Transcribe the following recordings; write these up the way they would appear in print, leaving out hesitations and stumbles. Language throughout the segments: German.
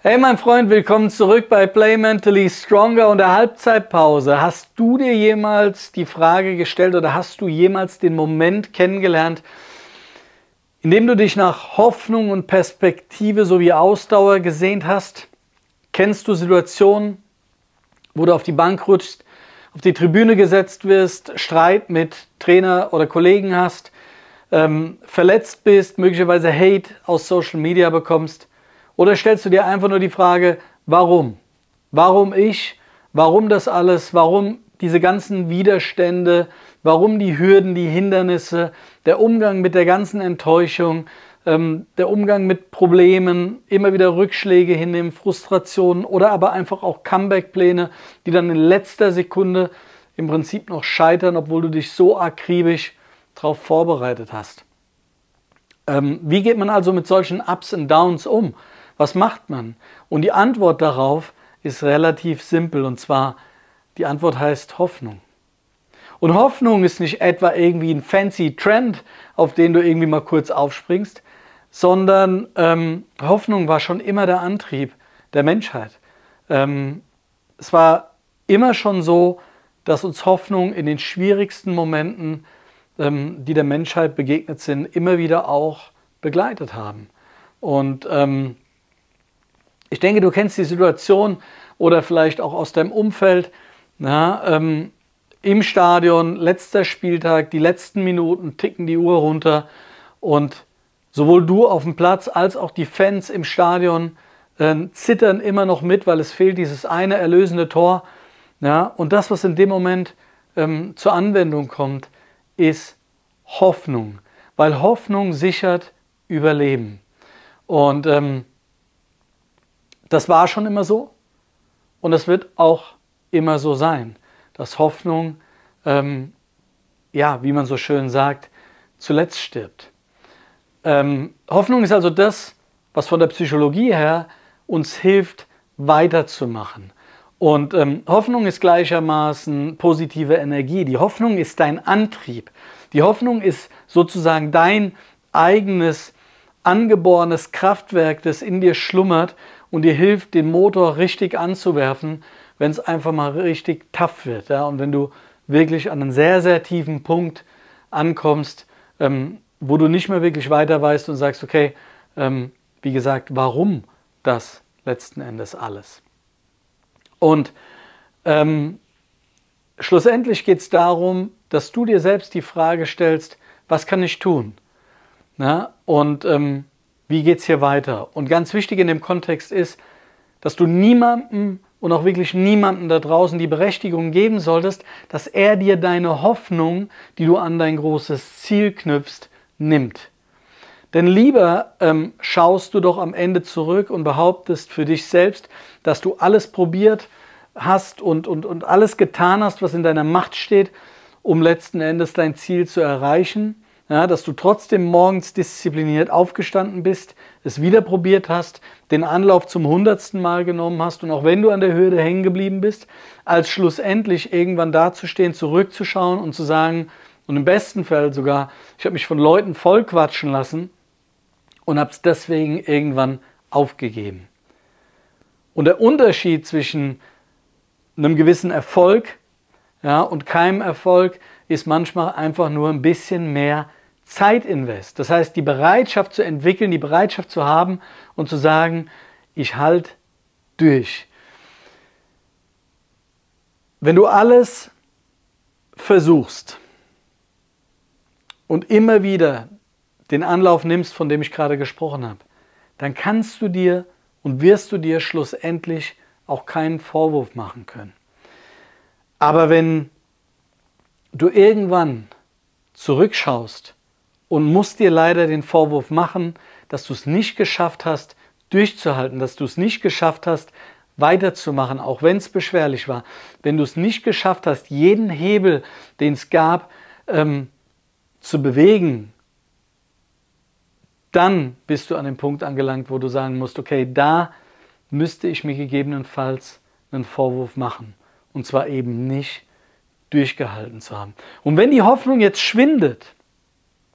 Hey mein Freund, willkommen zurück bei Play Mentally Stronger und der Halbzeitpause. Hast du dir jemals die Frage gestellt oder hast du jemals den Moment kennengelernt, in dem du dich nach Hoffnung und Perspektive sowie Ausdauer gesehnt hast? Kennst du Situationen, wo du auf die Bank rutschst, auf die Tribüne gesetzt wirst, Streit mit Trainer oder Kollegen hast, verletzt bist, möglicherweise Hate aus Social Media bekommst? Oder stellst du dir einfach nur die Frage, warum? Warum ich? Warum das alles? Warum diese ganzen Widerstände? Warum die Hürden, die Hindernisse? Der Umgang mit der ganzen Enttäuschung, der Umgang mit Problemen, immer wieder Rückschläge hinnehmen, Frustrationen oder aber einfach auch Comeback-Pläne, die dann in letzter Sekunde im Prinzip noch scheitern, obwohl du dich so akribisch darauf vorbereitet hast. Wie geht man also mit solchen Ups und Downs um? Was macht man? Und die Antwort darauf ist relativ simpel, und zwar, die Antwort heißt Hoffnung. Und Hoffnung ist nicht etwa irgendwie ein fancy Trend, auf den du irgendwie mal kurz aufspringst, sondern Hoffnung war schon immer der Antrieb der Menschheit. Es war immer schon so, dass uns Hoffnung in den schwierigsten Momenten, die der Menschheit begegnet sind, immer wieder auch begleitet haben. Und ich denke, du kennst die Situation oder vielleicht auch aus deinem Umfeld, ja, im Stadion, letzter Spieltag, die letzten Minuten ticken die Uhr runter und sowohl du auf dem Platz als auch die Fans im Stadion zittern immer noch mit, weil es fehlt dieses eine erlösende Tor. Ja, und das, was in dem Moment zur Anwendung kommt, ist Hoffnung, weil Hoffnung sichert Überleben. Und das war schon immer so und das wird auch immer so sein, dass Hoffnung, wie man so schön sagt, zuletzt stirbt. Hoffnung ist also das, was von der Psychologie her uns hilft, weiterzumachen. Und Hoffnung ist gleichermaßen positive Energie. Die Hoffnung ist dein Antrieb. Die Hoffnung ist sozusagen dein eigenes, angeborenes Kraftwerk, das in dir schlummert und dir hilft, den Motor richtig anzuwerfen, wenn es einfach mal richtig tough wird. Ja? Und wenn du wirklich an einen sehr, sehr tiefen Punkt ankommst, wo du nicht mehr wirklich weiter weißt und sagst, okay, wie gesagt, warum das letzten Endes alles? Und schlussendlich geht es darum, dass du dir selbst die Frage stellst, was kann ich tun? Ja? Und wie geht es hier weiter? Und ganz wichtig in dem Kontext ist, dass du niemandem und auch wirklich niemandem da draußen die Berechtigung geben solltest, dass er dir deine Hoffnung, die du an dein großes Ziel knüpfst, nimmt. Denn lieber schaust du doch am Ende zurück und behauptest für dich selbst, dass du alles probiert hast und alles getan hast, was in deiner Macht steht, um letzten Endes dein Ziel zu erreichen. Ja, dass du trotzdem morgens diszipliniert aufgestanden bist, es wieder probiert hast, den Anlauf zum 100. Mal genommen hast und auch wenn du an der Hürde hängen geblieben bist, als schlussendlich irgendwann dazustehen, zurückzuschauen und zu sagen, und im besten Fall sogar, ich habe mich von Leuten vollquatschen lassen und habe es deswegen irgendwann aufgegeben. Und der Unterschied zwischen einem gewissen Erfolg, ja, und keinem Erfolg ist manchmal einfach nur ein bisschen mehr Zeitinvest. Das heißt, die Bereitschaft zu entwickeln, die Bereitschaft zu haben und zu sagen, ich halte durch. Wenn du alles versuchst und immer wieder den Anlauf nimmst, von dem ich gerade gesprochen habe, dann kannst du dir und wirst du dir schlussendlich auch keinen Vorwurf machen können. Aber wenn du irgendwann zurückschaust und musst dir leider den Vorwurf machen, dass du es nicht geschafft hast, durchzuhalten, dass du es nicht geschafft hast, weiterzumachen, auch wenn es beschwerlich war, wenn du es nicht geschafft hast, jeden Hebel, den es gab, zu bewegen, dann bist du an dem Punkt angelangt, wo du sagen musst, okay, da müsste ich mir gegebenenfalls einen Vorwurf machen. Und zwar eben nicht durchgehalten zu haben. Und wenn die Hoffnung jetzt schwindet,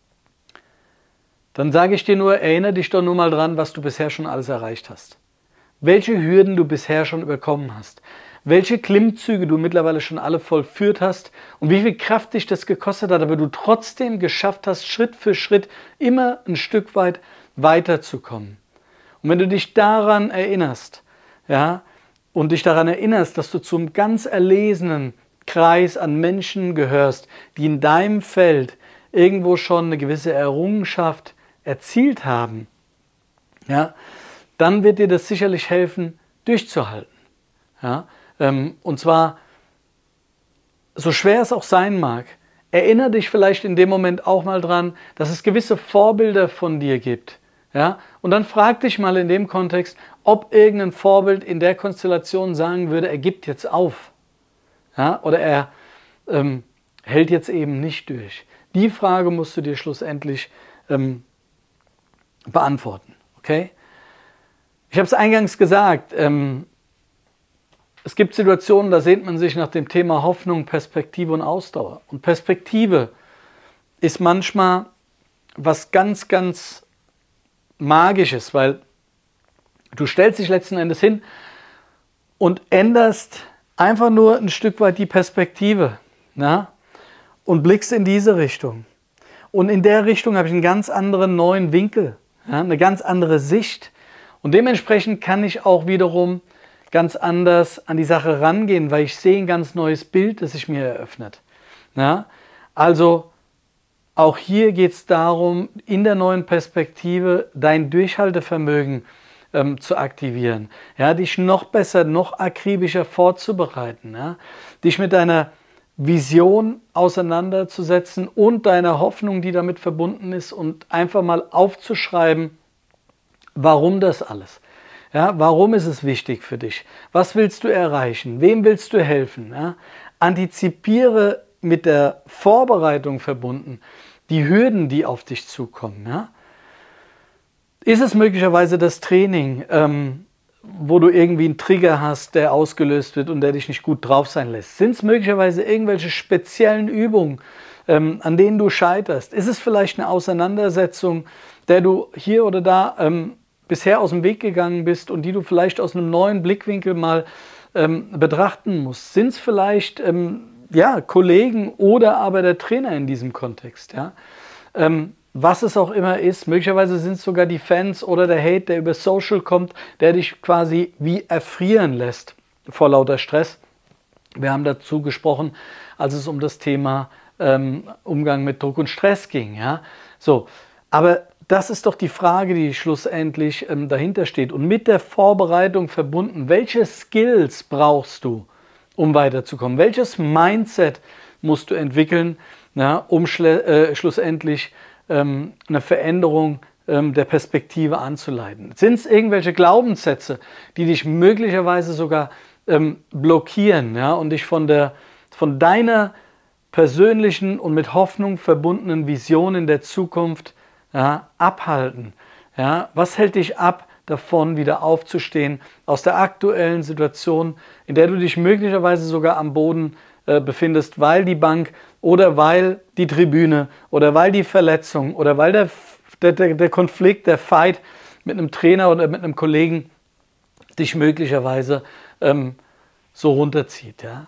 dann sage ich dir nur, erinnere dich doch nur mal dran, was du bisher schon alles erreicht hast. welche Hürden du bisher schon überkommen hast, welche Klimmzüge du mittlerweile schon alle vollführt hast und wie viel Kraft dich das gekostet hat, aber du trotzdem geschafft hast, Schritt für Schritt immer ein Stück weit weiterzukommen. Und wenn du dich daran erinnerst, ja, und dich daran erinnerst, dass du zum ganz erlesenen Kreis an Menschen gehörst, die in deinem Feld irgendwo schon eine gewisse Errungenschaft erzielt haben, ja, dann wird dir das sicherlich helfen, durchzuhalten. Ja, und zwar, so schwer es auch sein mag, erinnere dich vielleicht in dem Moment auch mal dran, dass es gewisse Vorbilder von dir gibt. Ja? Und dann frag dich mal in dem Kontext, ob irgendein Vorbild in der Konstellation sagen würde, er gibt jetzt auf. Ja? Oder er hält jetzt eben nicht durch. Die Frage musst du dir schlussendlich beantworten. Okay? Ich habe es eingangs gesagt, es gibt Situationen, da sehnt man sich nach dem Thema Hoffnung, Perspektive und Ausdauer. Und Perspektive ist manchmal was ganz, ganz Magisches, weil du stellst dich letzten Endes hin und änderst einfach nur ein Stück weit die Perspektive, ja, und blickst in diese Richtung. Und in der Richtung habe ich einen ganz anderen neuen Winkel, ja, eine ganz andere Sicht. Und dementsprechend kann ich auch wiederum ganz anders an die Sache rangehen, weil ich sehe ein ganz neues Bild, das sich mir eröffnet. Ja? Also auch hier geht es darum, in der neuen Perspektive dein Durchhaltevermögen zu aktivieren, ja? Dich noch besser, noch akribischer vorzubereiten, ja? Dich mit deiner Vision auseinanderzusetzen und deiner Hoffnung, die damit verbunden ist, und einfach mal aufzuschreiben, warum das alles? Ja, warum ist es wichtig für dich? Was willst du erreichen? Wem willst du helfen? Ja? Antizipiere mit der Vorbereitung verbunden die Hürden, die auf dich zukommen. Ja? Ist es möglicherweise das Training, wo du irgendwie einen Trigger hast, der ausgelöst wird und der dich nicht gut drauf sein lässt? Sind es möglicherweise irgendwelche speziellen Übungen, an denen du scheiterst? Ist es vielleicht eine Auseinandersetzung, der du hier oder da bisher aus dem Weg gegangen bist und die du vielleicht aus einem neuen Blickwinkel mal betrachten musst? Sind es vielleicht Kollegen oder aber der Trainer in diesem Kontext? Ja? Was es auch immer ist, möglicherweise sind es sogar die Fans oder der Hate, der über Social kommt, der dich quasi wie erfrieren lässt vor lauter Stress. Wir haben dazu gesprochen, als es um das Thema Umgang mit Druck und Stress ging. Ja? So, aber das ist doch die Frage, die schlussendlich dahinter steht. Und mit der Vorbereitung verbunden, welche Skills brauchst du, um weiterzukommen? Welches Mindset musst du entwickeln, ja, um schlussendlich eine Veränderung der Perspektive anzuleiten? Sind es irgendwelche Glaubenssätze, die dich möglicherweise sogar blockieren, ja, und dich von deiner persönlichen und mit Hoffnung verbundenen Vision in der Zukunft abhalten? Ja? Was hält dich ab, davon wieder aufzustehen aus der aktuellen Situation, in der du dich möglicherweise sogar am Boden befindest, weil die Bank oder weil die Tribüne oder weil die Verletzung oder weil der Konflikt, der Fight mit einem Trainer oder mit einem Kollegen dich möglicherweise so runterzieht. Ja?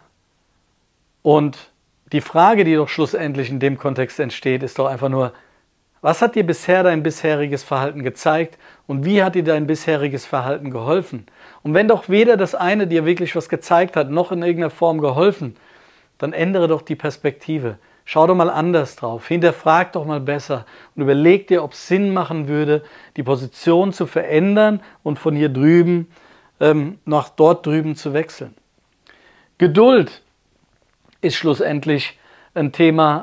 Und die Frage, die doch schlussendlich in dem Kontext entsteht, ist doch einfach nur: Was hat dir bisher dein bisheriges Verhalten gezeigt und wie hat dir dein bisheriges Verhalten geholfen? Und wenn doch weder das eine dir wirklich was gezeigt hat, noch in irgendeiner Form geholfen, dann ändere doch die Perspektive. Schau doch mal anders drauf, hinterfrag doch mal besser und überleg dir, ob es Sinn machen würde, die Position zu verändern und von hier drüben nach dort drüben zu wechseln. Geduld ist schlussendlich ein Thema,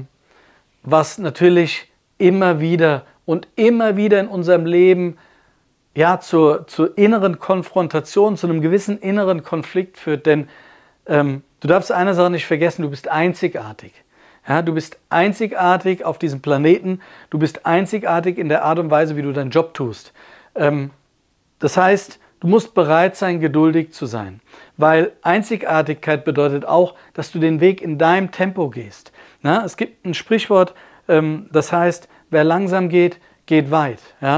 was natürlich immer wieder in unserem Leben zur inneren Konfrontation, zu einem gewissen inneren Konflikt führt. Denn du darfst eine Sache nicht vergessen: Du bist einzigartig. Ja, du bist einzigartig auf diesem Planeten. Du bist einzigartig in der Art und Weise, wie du deinen Job tust. Das heißt, du musst bereit sein, geduldig zu sein. Weil Einzigartigkeit bedeutet auch, dass du den Weg in deinem Tempo gehst. Na, es gibt ein Sprichwort, das heißt: Wer langsam geht, geht weit. Ja?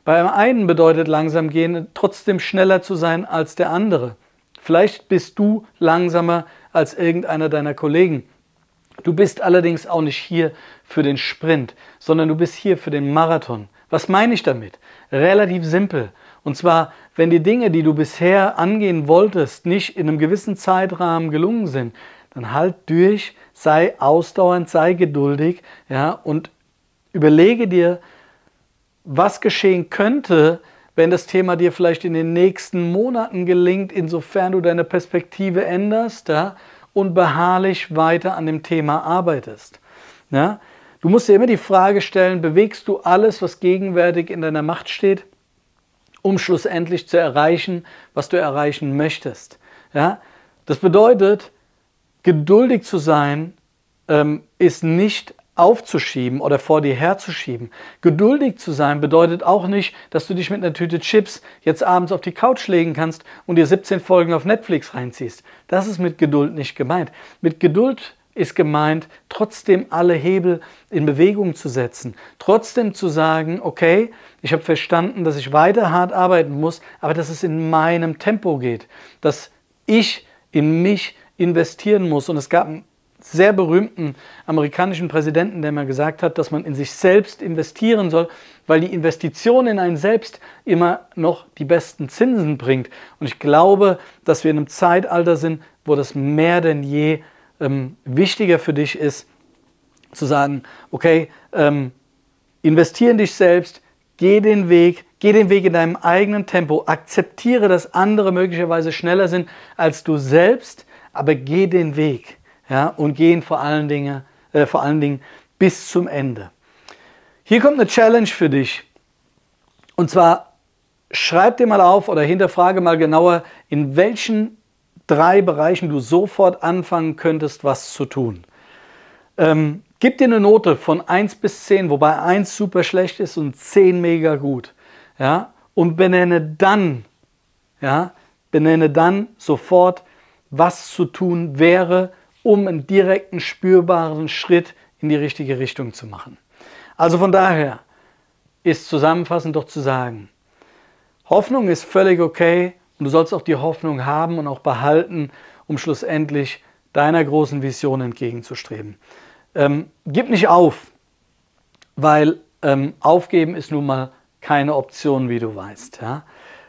Beim einen bedeutet langsam gehen, trotzdem schneller zu sein als der andere. Vielleicht bist du langsamer als irgendeiner deiner Kollegen. Du bist allerdings auch nicht hier für den Sprint, sondern du bist hier für den Marathon. Was meine ich damit? Relativ simpel. Und zwar, wenn die Dinge, die du bisher angehen wolltest, nicht in einem gewissen Zeitrahmen gelungen sind, dann halt durch, sei ausdauernd, sei geduldig, ja, und überlege dir, was geschehen könnte, wenn das Thema dir vielleicht in den nächsten Monaten gelingt, insofern du deine Perspektive änderst, ja, und beharrlich weiter an dem Thema arbeitest. Ja. Du musst dir immer die Frage stellen, bewegst du alles, was gegenwärtig in deiner Macht steht, um schlussendlich zu erreichen, was du erreichen möchtest. Ja. Das bedeutet, geduldig zu sein, ist nicht aufzuschieben oder vor dir herzuschieben. Geduldig zu sein bedeutet auch nicht, dass du dich mit einer Tüte Chips jetzt abends auf die Couch legen kannst und dir 17 Folgen auf Netflix reinziehst. Das ist mit Geduld nicht gemeint. Mit Geduld ist gemeint, trotzdem alle Hebel in Bewegung zu setzen. Trotzdem zu sagen, okay, ich habe verstanden, dass ich weiter hart arbeiten muss, aber dass es in meinem Tempo geht. Dass ich in mich investieren muss. Und es gab einen sehr berühmten amerikanischen Präsidenten, der mal gesagt hat, dass man in sich selbst investieren soll, weil die Investition in einen selbst immer noch die besten Zinsen bringt. Und ich glaube, dass wir in einem Zeitalter sind, wo das mehr denn je wichtiger für dich ist, zu sagen, okay, investiere in dich selbst, geh den Weg in deinem eigenen Tempo, akzeptiere, dass andere möglicherweise schneller sind als du selbst, aber geh den Weg. Ja, und gehen vor allen Dingen bis zum Ende. Hier kommt eine Challenge für dich. Und zwar schreib dir mal auf oder hinterfrage mal genauer, in welchen 3 Bereichen du sofort anfangen könntest, was zu tun. Gib dir eine Note von 1 bis 10, wobei 1 super schlecht ist und 10 mega gut. Ja, und benenne dann sofort, was zu tun wäre, um einen direkten, spürbaren Schritt in die richtige Richtung zu machen. Also von daher ist zusammenfassend doch zu sagen, Hoffnung ist völlig okay und du sollst auch die Hoffnung haben und auch behalten, um schlussendlich deiner großen Vision entgegenzustreben. Gib nicht auf, weil aufgeben ist nun mal keine Option, wie du weißt. Ja?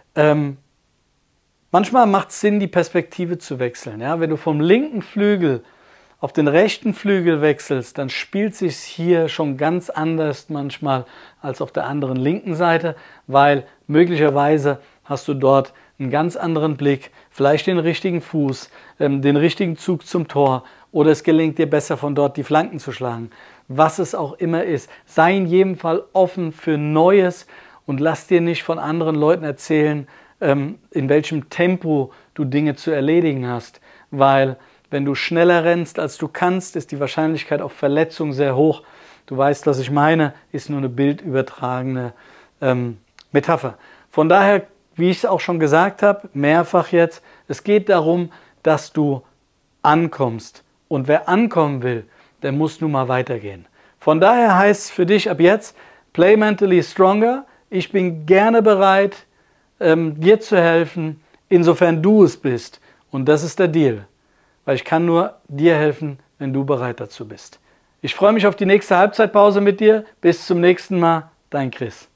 Manchmal macht es Sinn, die Perspektive zu wechseln. Ja? Wenn du vom linken Flügel auf den rechten Flügel wechselst, dann spielt es sich hier schon ganz anders manchmal als auf der anderen linken Seite, weil möglicherweise hast du dort einen ganz anderen Blick, vielleicht den richtigen Fuß, den richtigen Zug zum Tor oder es gelingt dir besser von dort die Flanken zu schlagen. Was es auch immer ist, sei in jedem Fall offen für Neues und lass dir nicht von anderen Leuten erzählen, in welchem Tempo du Dinge zu erledigen hast, weil wenn du schneller rennst, als du kannst, ist die Wahrscheinlichkeit auf Verletzung sehr hoch. Du weißt, was ich meine, ist nur eine bildübertragene Metapher. Von daher, wie ich es auch schon gesagt habe, mehrfach jetzt, es geht darum, dass du ankommst. Und wer ankommen will, der muss nun mal weitergehen. Von daher heißt es für dich ab jetzt, play mentally stronger. Ich bin gerne bereit, dir zu helfen, insofern du es bist. Und das ist der Deal. Weil ich kann nur dir helfen, wenn du bereit dazu bist. Ich freue mich auf die nächste Halbzeitpause mit dir. Bis zum nächsten Mal, dein Chris.